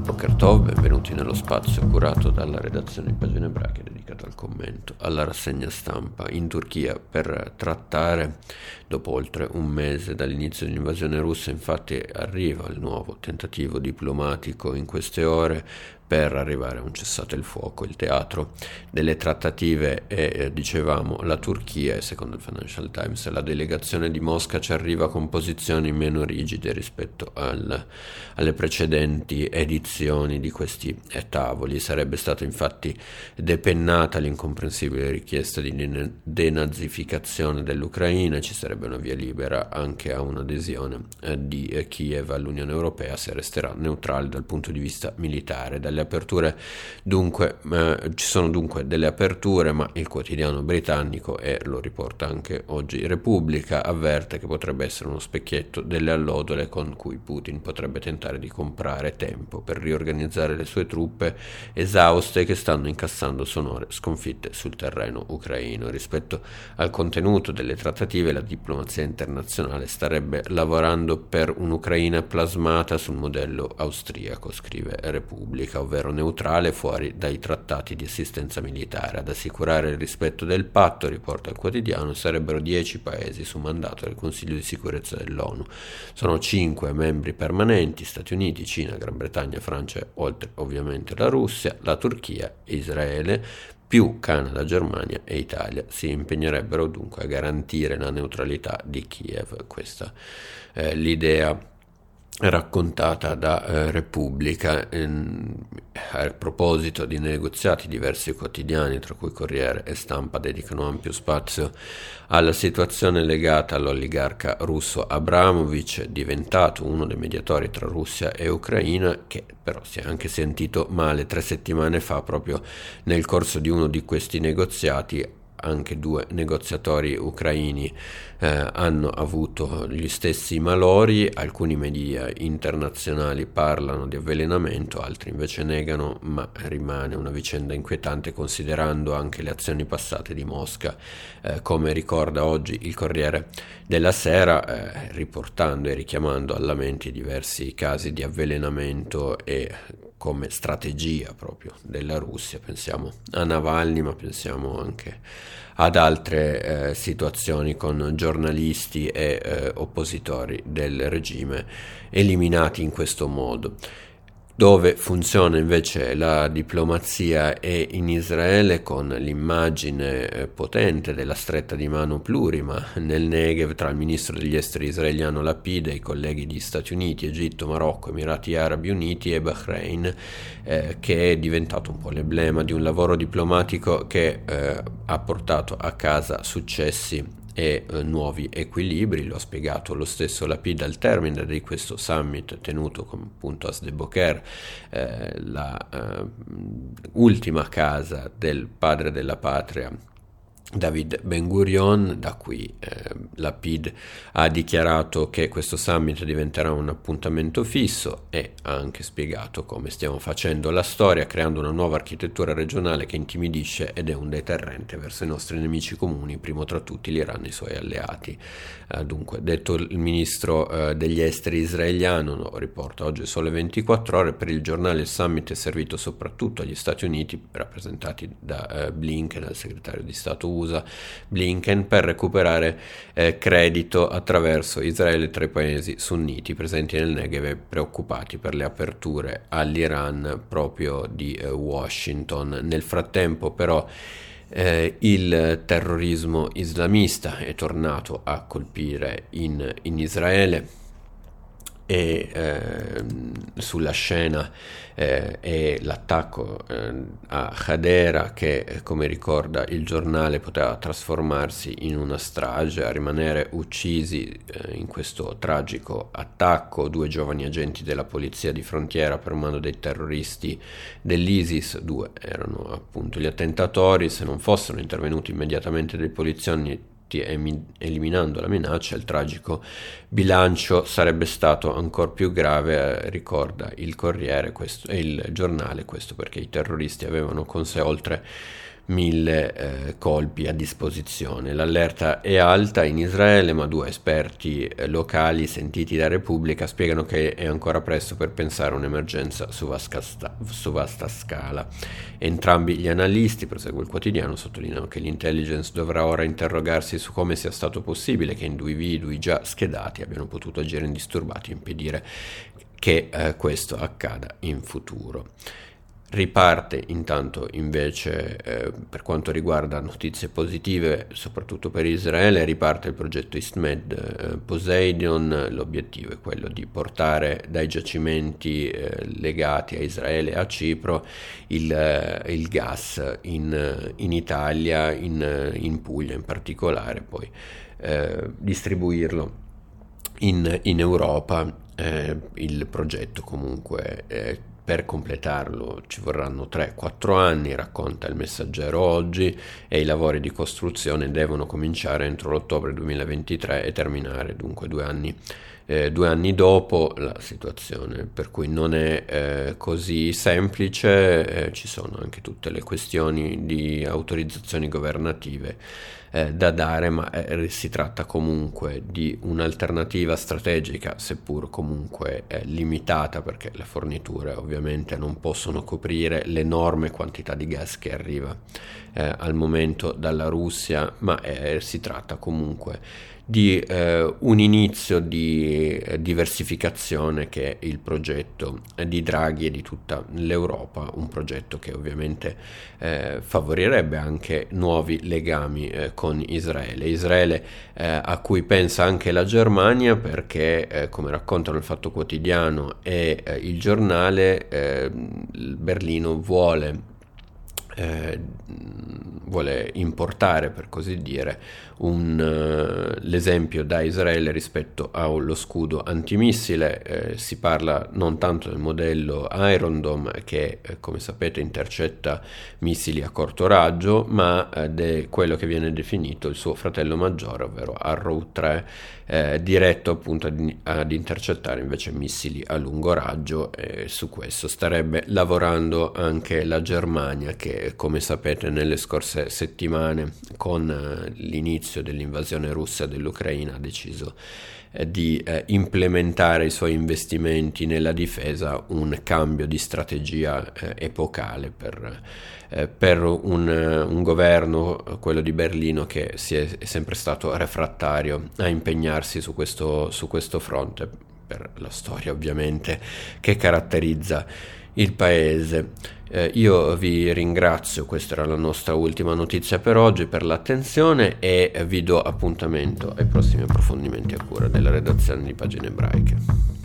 Boker Tov, benvenuti nello spazio curato dalla redazione di Pagine Ebraiche dedicato al commento, alla rassegna stampa. In Turchia per trattare, dopo oltre un mese dall'inizio dell'invasione russa, infatti arriva il nuovo tentativo diplomatico in queste ore per arrivare a un cessate il fuoco. Il teatro delle trattative è, dicevamo, la Turchia, e secondo il Financial Times la delegazione di Mosca ci arriva con posizioni meno rigide rispetto alle precedenti edizioni di questi tavoli. Sarebbe stata infatti depennata l'incomprensibile richiesta di denazificazione dell'Ucraina e ci sarebbe una via libera anche a un'adesione di Kiev all'Unione Europea se resterà neutrale dal punto di vista militare. Dalle aperture dunque ci sono dunque delle aperture, ma il quotidiano britannico, e lo riporta anche oggi Repubblica, avverte che potrebbe essere uno specchietto delle allodole con cui Putin potrebbe tentare di comprare tempo per riorganizzare le sue truppe esauste che stanno incassando sonore sconfitte sul terreno ucraino. Rispetto al contenuto delle trattative, la diplomazia internazionale starebbe lavorando per un'Ucraina plasmata sul modello austriaco, scrive Repubblica, ovvero neutrale fuori dai trattati di assistenza militare. Ad assicurare il rispetto del patto, riporta il quotidiano, sarebbero 10 paesi su mandato del Consiglio di sicurezza dell'ONU. Sono 5 membri permanenti: Stati Uniti, Cina, Gran Bretagna, Francia, oltre ovviamente la Russia, la Turchia e Israele, più Canada, Germania e Italia. Si impegnerebbero dunque a garantire la neutralità di Kiev. Questa è l'idea raccontata da Repubblica. A proposito di negoziati, diversi quotidiani, tra cui Corriere e Stampa, dedicano ampio spazio alla situazione legata all'oligarca russo Abramovich, diventato uno dei mediatori tra Russia e Ucraina, che però si è anche sentito male 3 settimane fa proprio nel corso di uno di questi negoziati. Anche 2 negoziatori ucraini hanno avuto gli stessi malori. Alcuni media internazionali parlano di avvelenamento, altri invece negano, ma rimane una vicenda inquietante considerando anche le azioni passate di Mosca, come ricorda oggi il Corriere della Sera, riportando e richiamando alla mente diversi casi di avvelenamento e come strategia proprio della Russia. Pensiamo a Navalny, ma pensiamo anche ad altre situazioni con giornalisti e oppositori del regime eliminati in questo modo. Dove funziona invece la diplomazia è in Israele, con l'immagine potente della stretta di mano plurima nel Negev tra il ministro degli esteri israeliano Lapid e i colleghi di Stati Uniti, Egitto, Marocco, Emirati Arabi Uniti e Bahrain, che è diventato un po' l'emblema di un lavoro diplomatico che ha portato a casa successi e nuovi equilibri. Lo ha spiegato lo stesso Lapid al termine di questo summit tenuto appunto a Sde Boker, la ultima casa del padre della patria David Ben Gurion, da cui Lapid ha dichiarato che questo summit diventerà un appuntamento fisso, e ha anche spiegato come stiamo facendo la storia, creando una nuova architettura regionale che intimidisce ed è un deterrente verso i nostri nemici comuni, primo tra tutti l'Iran e i suoi alleati. Dunque, detto il ministro degli esteri israeliano, lo riporta oggi Sole 24 Ore, per il giornale il summit è servito soprattutto agli Stati Uniti, rappresentati da Blinken, il segretario di Stato USA Blinken, per recuperare credito attraverso Israele tra i paesi sunniti presenti nel Negev e preoccupati per le aperture all'Iran proprio di Washington. Nel frattempo però il terrorismo islamista è tornato a colpire in Israele, e sulla scena è l'attacco a Hadera che, come ricorda il giornale, poteva trasformarsi in una strage. A rimanere uccisi in questo tragico attacco 2 giovani agenti della polizia di frontiera per mano dei terroristi dell'ISIS. 2 erano appunto gli attentatori. Se non fossero intervenuti immediatamente dei poliziani eliminando la minaccia, il tragico bilancio sarebbe stato ancora più grave, ricorda il Corriere e il giornale, questo perché i terroristi avevano con sé oltre 1000 colpi a disposizione. L'allerta è alta in Israele, ma due esperti locali sentiti da Repubblica spiegano che è ancora presto per pensare a un'emergenza su vasta scala. Entrambi gli analisti, prosegue il quotidiano, sottolineano che l'intelligence dovrà ora interrogarsi su come sia stato possibile che individui già schedati abbiano potuto agire indisturbati e impedire che questo accada in futuro. Riparte intanto invece per quanto riguarda notizie positive soprattutto per Israele, riparte il progetto EastMed Poseidon. L'obiettivo è quello di portare dai giacimenti legati a Israele e a Cipro il gas in Italia, in Puglia in particolare, poi distribuirlo in Europa. Il progetto comunque per completarlo ci vorranno 3-4 anni, racconta il Messaggero oggi, e i lavori di costruzione devono cominciare entro l'ottobre 2023 e terminare dunque 2 anni dopo. La situazione per cui non è così semplice, ci sono anche tutte le questioni di autorizzazioni governative da dare, ma si tratta comunque di un'alternativa strategica, seppur comunque limitata, perché le forniture ovviamente non possono coprire l'enorme quantità di gas che arriva al momento dalla Russia, ma si tratta comunque di un inizio di diversificazione che è il progetto di Draghi e di tutta l'Europa, un progetto che ovviamente favorirebbe anche nuovi legami con Israele, a cui pensa anche la Germania, perché come raccontano il Fatto Quotidiano e il Giornale, Berlino vuole importare, per così dire, l'esempio da Israele rispetto allo scudo antimissile. Si parla non tanto del modello Iron Dome, che come sapete intercetta missili a corto raggio, ma di quello che viene definito il suo fratello maggiore, ovvero Arrow 3, diretto appunto ad intercettare invece missili a lungo raggio. Su questo starebbe lavorando anche la Germania, che come sapete nelle scorse settimane, con l'inizio dell'invasione russa dell'Ucraina, ha deciso di implementare i suoi investimenti nella difesa, un cambio di strategia epocale per un governo, quello di Berlino, che è sempre stato refrattario a impegnarsi su questo fronte, per la storia ovviamente che caratterizza il paese. Io vi ringrazio, questa era la nostra ultima notizia per oggi, per l'attenzione, e vi do appuntamento ai prossimi approfondimenti a cura della redazione di Pagine Ebraiche.